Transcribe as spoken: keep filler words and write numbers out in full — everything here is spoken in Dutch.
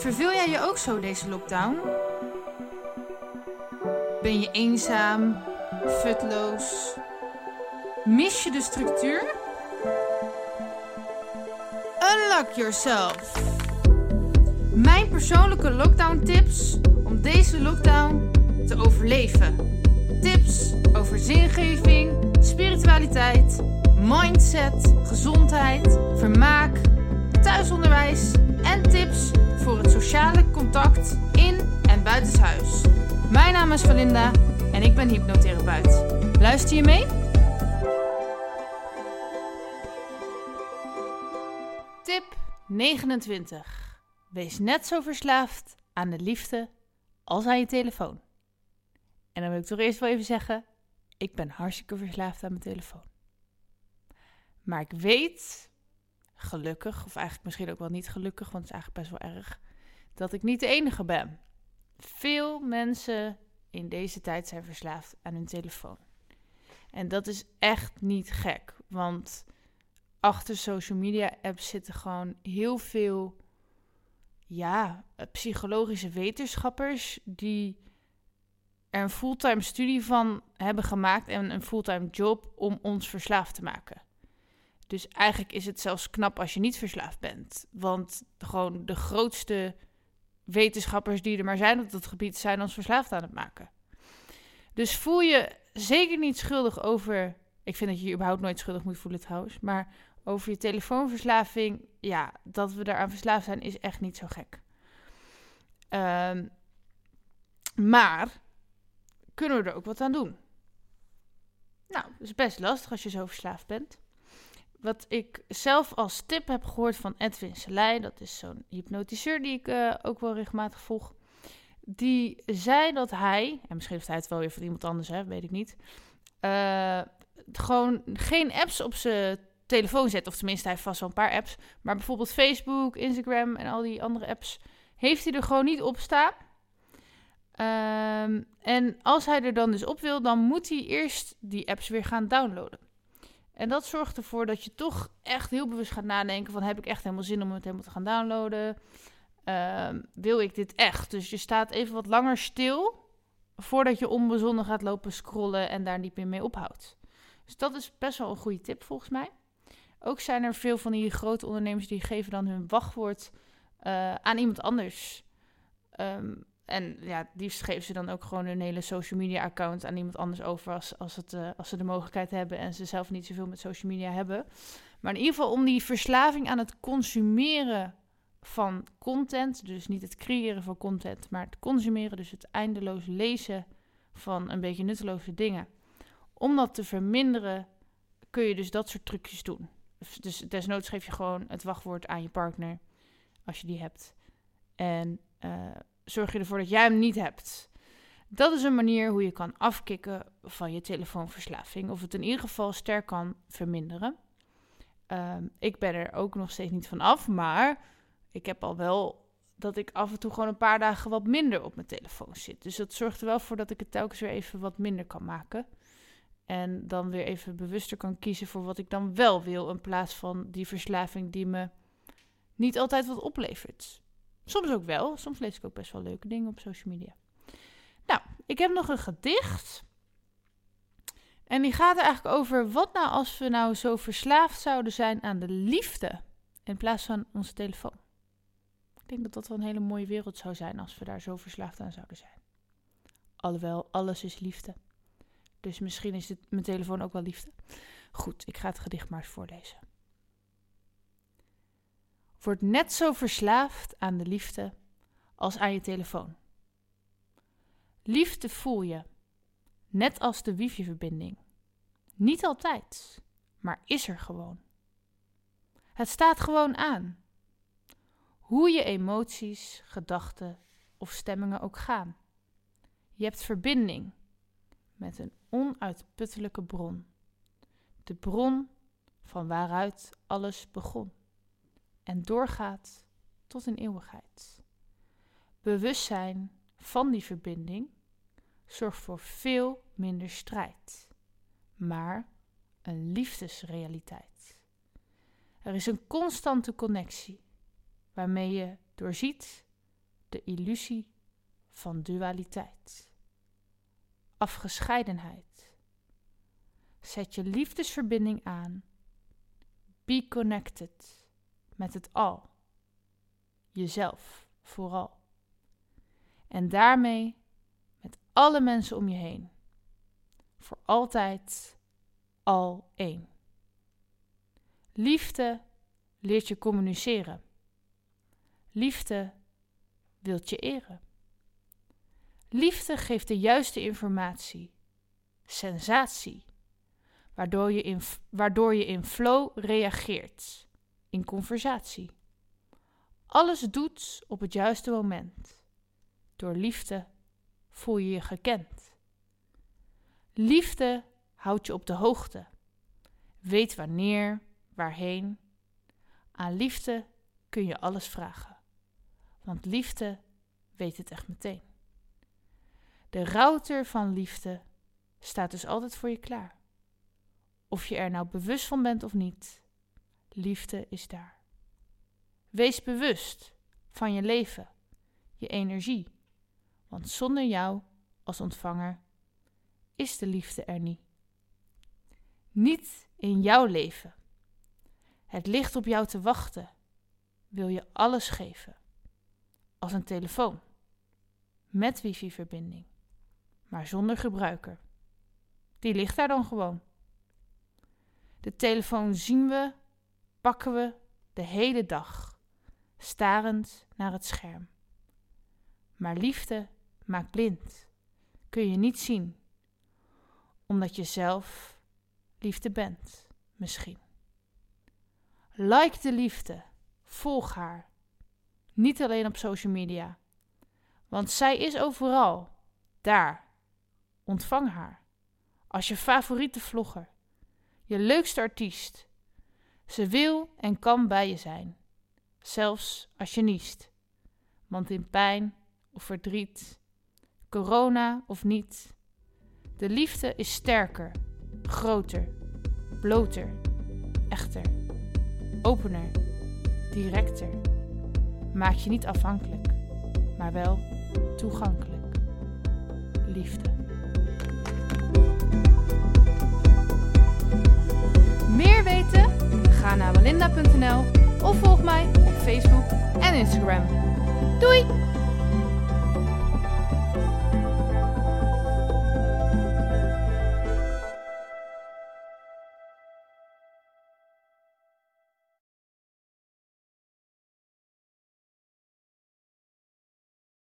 Verveel jij je ook zo deze lockdown? Ben je eenzaam, futloos? Mis je de structuur? Unlock yourself! Mijn persoonlijke lockdown tips om deze lockdown te overleven. Tips over zingeving, spiritualiteit, mindset, gezondheid, vermaak, thuisonderwijs en tips voor het sociale contact in en buitenshuis. Mijn naam is Valinda en ik ben hypnotherapeut. Luister je mee? Tip negenentwintig. Wees net zo verslaafd aan de liefde als aan je telefoon. En dan wil ik toch eerst wel even zeggen, ik ben hartstikke verslaafd aan mijn telefoon. Maar ik weet, gelukkig, of eigenlijk misschien ook wel niet gelukkig, want het is eigenlijk best wel erg, dat ik niet de enige ben. Veel mensen in deze tijd zijn verslaafd aan hun telefoon. En dat is echt niet gek, want achter social media apps zitten gewoon heel veel ja, psychologische wetenschappers die er een fulltime studie van hebben gemaakt en een fulltime job om ons verslaafd te maken. Dus eigenlijk is het zelfs knap als je niet verslaafd bent. Want gewoon de grootste wetenschappers die er maar zijn op dat gebied zijn ons verslaafd aan het maken. Dus voel je zeker niet schuldig over, ik vind dat je je überhaupt nooit schuldig moet voelen trouwens, maar over je telefoonverslaving, ja, dat we daaraan verslaafd zijn is echt niet zo gek. Um, maar kunnen we er ook wat aan doen? Nou, dat is best lastig als je zo verslaafd bent. Wat ik zelf als tip heb gehoord van Edwin Selei, dat is zo'n hypnotiseur die ik uh, ook wel regelmatig volg. Die zei dat hij, en misschien heeft hij het wel weer van iemand anders, hè, weet ik niet. Uh, gewoon geen apps op zijn telefoon zet. Of tenminste, hij heeft vast wel een paar apps. Maar bijvoorbeeld Facebook, Instagram en al die andere apps heeft hij er gewoon niet op staan. Um, en als hij er dan dus op wil, dan moet hij eerst die apps weer gaan downloaden. En dat zorgt ervoor dat je toch echt heel bewust gaat nadenken van, heb ik echt helemaal zin om het helemaal te gaan downloaden? Um, wil ik dit echt? Dus je staat even wat langer stil voordat je onbezonnen gaat lopen scrollen en daar niet meer mee ophoudt. Dus dat is best wel een goede tip volgens mij. Ook zijn er veel van die grote ondernemers die geven dan hun wachtwoord uh, aan iemand anders. Um, en ja, liefst geven ze dan ook gewoon een hele social media account aan iemand anders over als, als, het, uh, als ze de mogelijkheid hebben en ze zelf niet zoveel met social media hebben. Maar in ieder geval om die verslaving aan het consumeren van content, dus niet het creëren van content, maar het consumeren, dus het eindeloos lezen van een beetje nutteloze dingen. Om dat te verminderen kun je dus dat soort trucjes doen. Dus desnoods geef je gewoon het wachtwoord aan je partner, als je die hebt. En uh, zorg je ervoor dat jij hem niet hebt. Dat is een manier hoe je kan afkicken van je telefoonverslaving. Of het in ieder geval sterk kan verminderen. Um, ik ben er ook nog steeds niet van af, maar ik heb al wel dat ik af en toe gewoon een paar dagen wat minder op mijn telefoon zit. Dus dat zorgt er wel voor dat ik het telkens weer even wat minder kan maken. En dan weer even bewuster kan kiezen voor wat ik dan wel wil, in plaats van die verslaving die me niet altijd wat oplevert. Soms ook wel, soms lees ik ook best wel leuke dingen op social media. Nou, ik heb nog een gedicht. En die gaat er eigenlijk over, wat nou als we nou zo verslaafd zouden zijn aan de liefde, in plaats van onze telefoon. Ik denk dat dat wel een hele mooie wereld zou zijn als we daar zo verslaafd aan zouden zijn. Alhoewel, alles is liefde. Dus misschien is dit, mijn telefoon ook wel liefde. Goed, ik ga het gedicht maar eens voorlezen. Word net zo verslaafd aan de liefde als aan je telefoon. Liefde voel je, net als de wifi-verbinding. Niet altijd, maar is er gewoon. Het staat gewoon aan. Hoe je emoties, gedachten of stemmingen ook gaan. Je hebt verbinding met een onuitputtelijke bron. De bron van waaruit alles begon. En doorgaat tot een eeuwigheid. Bewustzijn van die verbinding zorgt voor veel minder strijd. Maar een liefdesrealiteit. Er is een constante connectie waarmee je doorziet de illusie van dualiteit. Afgescheidenheid. Zet je liefdesverbinding aan. Be connected met het al. Jezelf vooral. En daarmee met alle mensen om je heen. Voor altijd al één. Liefde leert je communiceren. Liefde wilt je eren. Liefde geeft de juiste informatie, sensatie, waardoor je in, waardoor je in flow reageert, in conversatie. Alles doet op het juiste moment. Door liefde voel je je gekend. Liefde houdt je op de hoogte. Weet wanneer, waarheen. Aan liefde kun je alles vragen. Want liefde weet het echt meteen. De router van liefde staat dus altijd voor je klaar. Of je er nou bewust van bent of niet, liefde is daar. Wees bewust van je leven, je energie. Want zonder jou als ontvanger is de liefde er niet. Niet in jouw leven. Het ligt op jou te wachten. Wil je alles geven. Als een telefoon. Met wifi-verbinding. Maar zonder gebruiker. Die ligt daar dan gewoon. De telefoon zien we, pakken we de hele dag. Starend naar het scherm. Maar liefde maakt blind. Kun je niet zien. Omdat je zelf liefde bent, misschien. Like de liefde. Volg haar. Niet alleen op social media. Want zij is overal. Daar. Ontvang haar. Als je favoriete vlogger. Je leukste artiest. Ze wil en kan bij je zijn. Zelfs als je niest. Want in pijn of verdriet, corona of niet, de liefde is sterker, groter, bloter, echter, opener, directer. Maak je niet afhankelijk, maar wel toegankelijk. Liefde. Meer weten? Ga naar belinda punt n l of volg mij op Facebook en Instagram. Doei!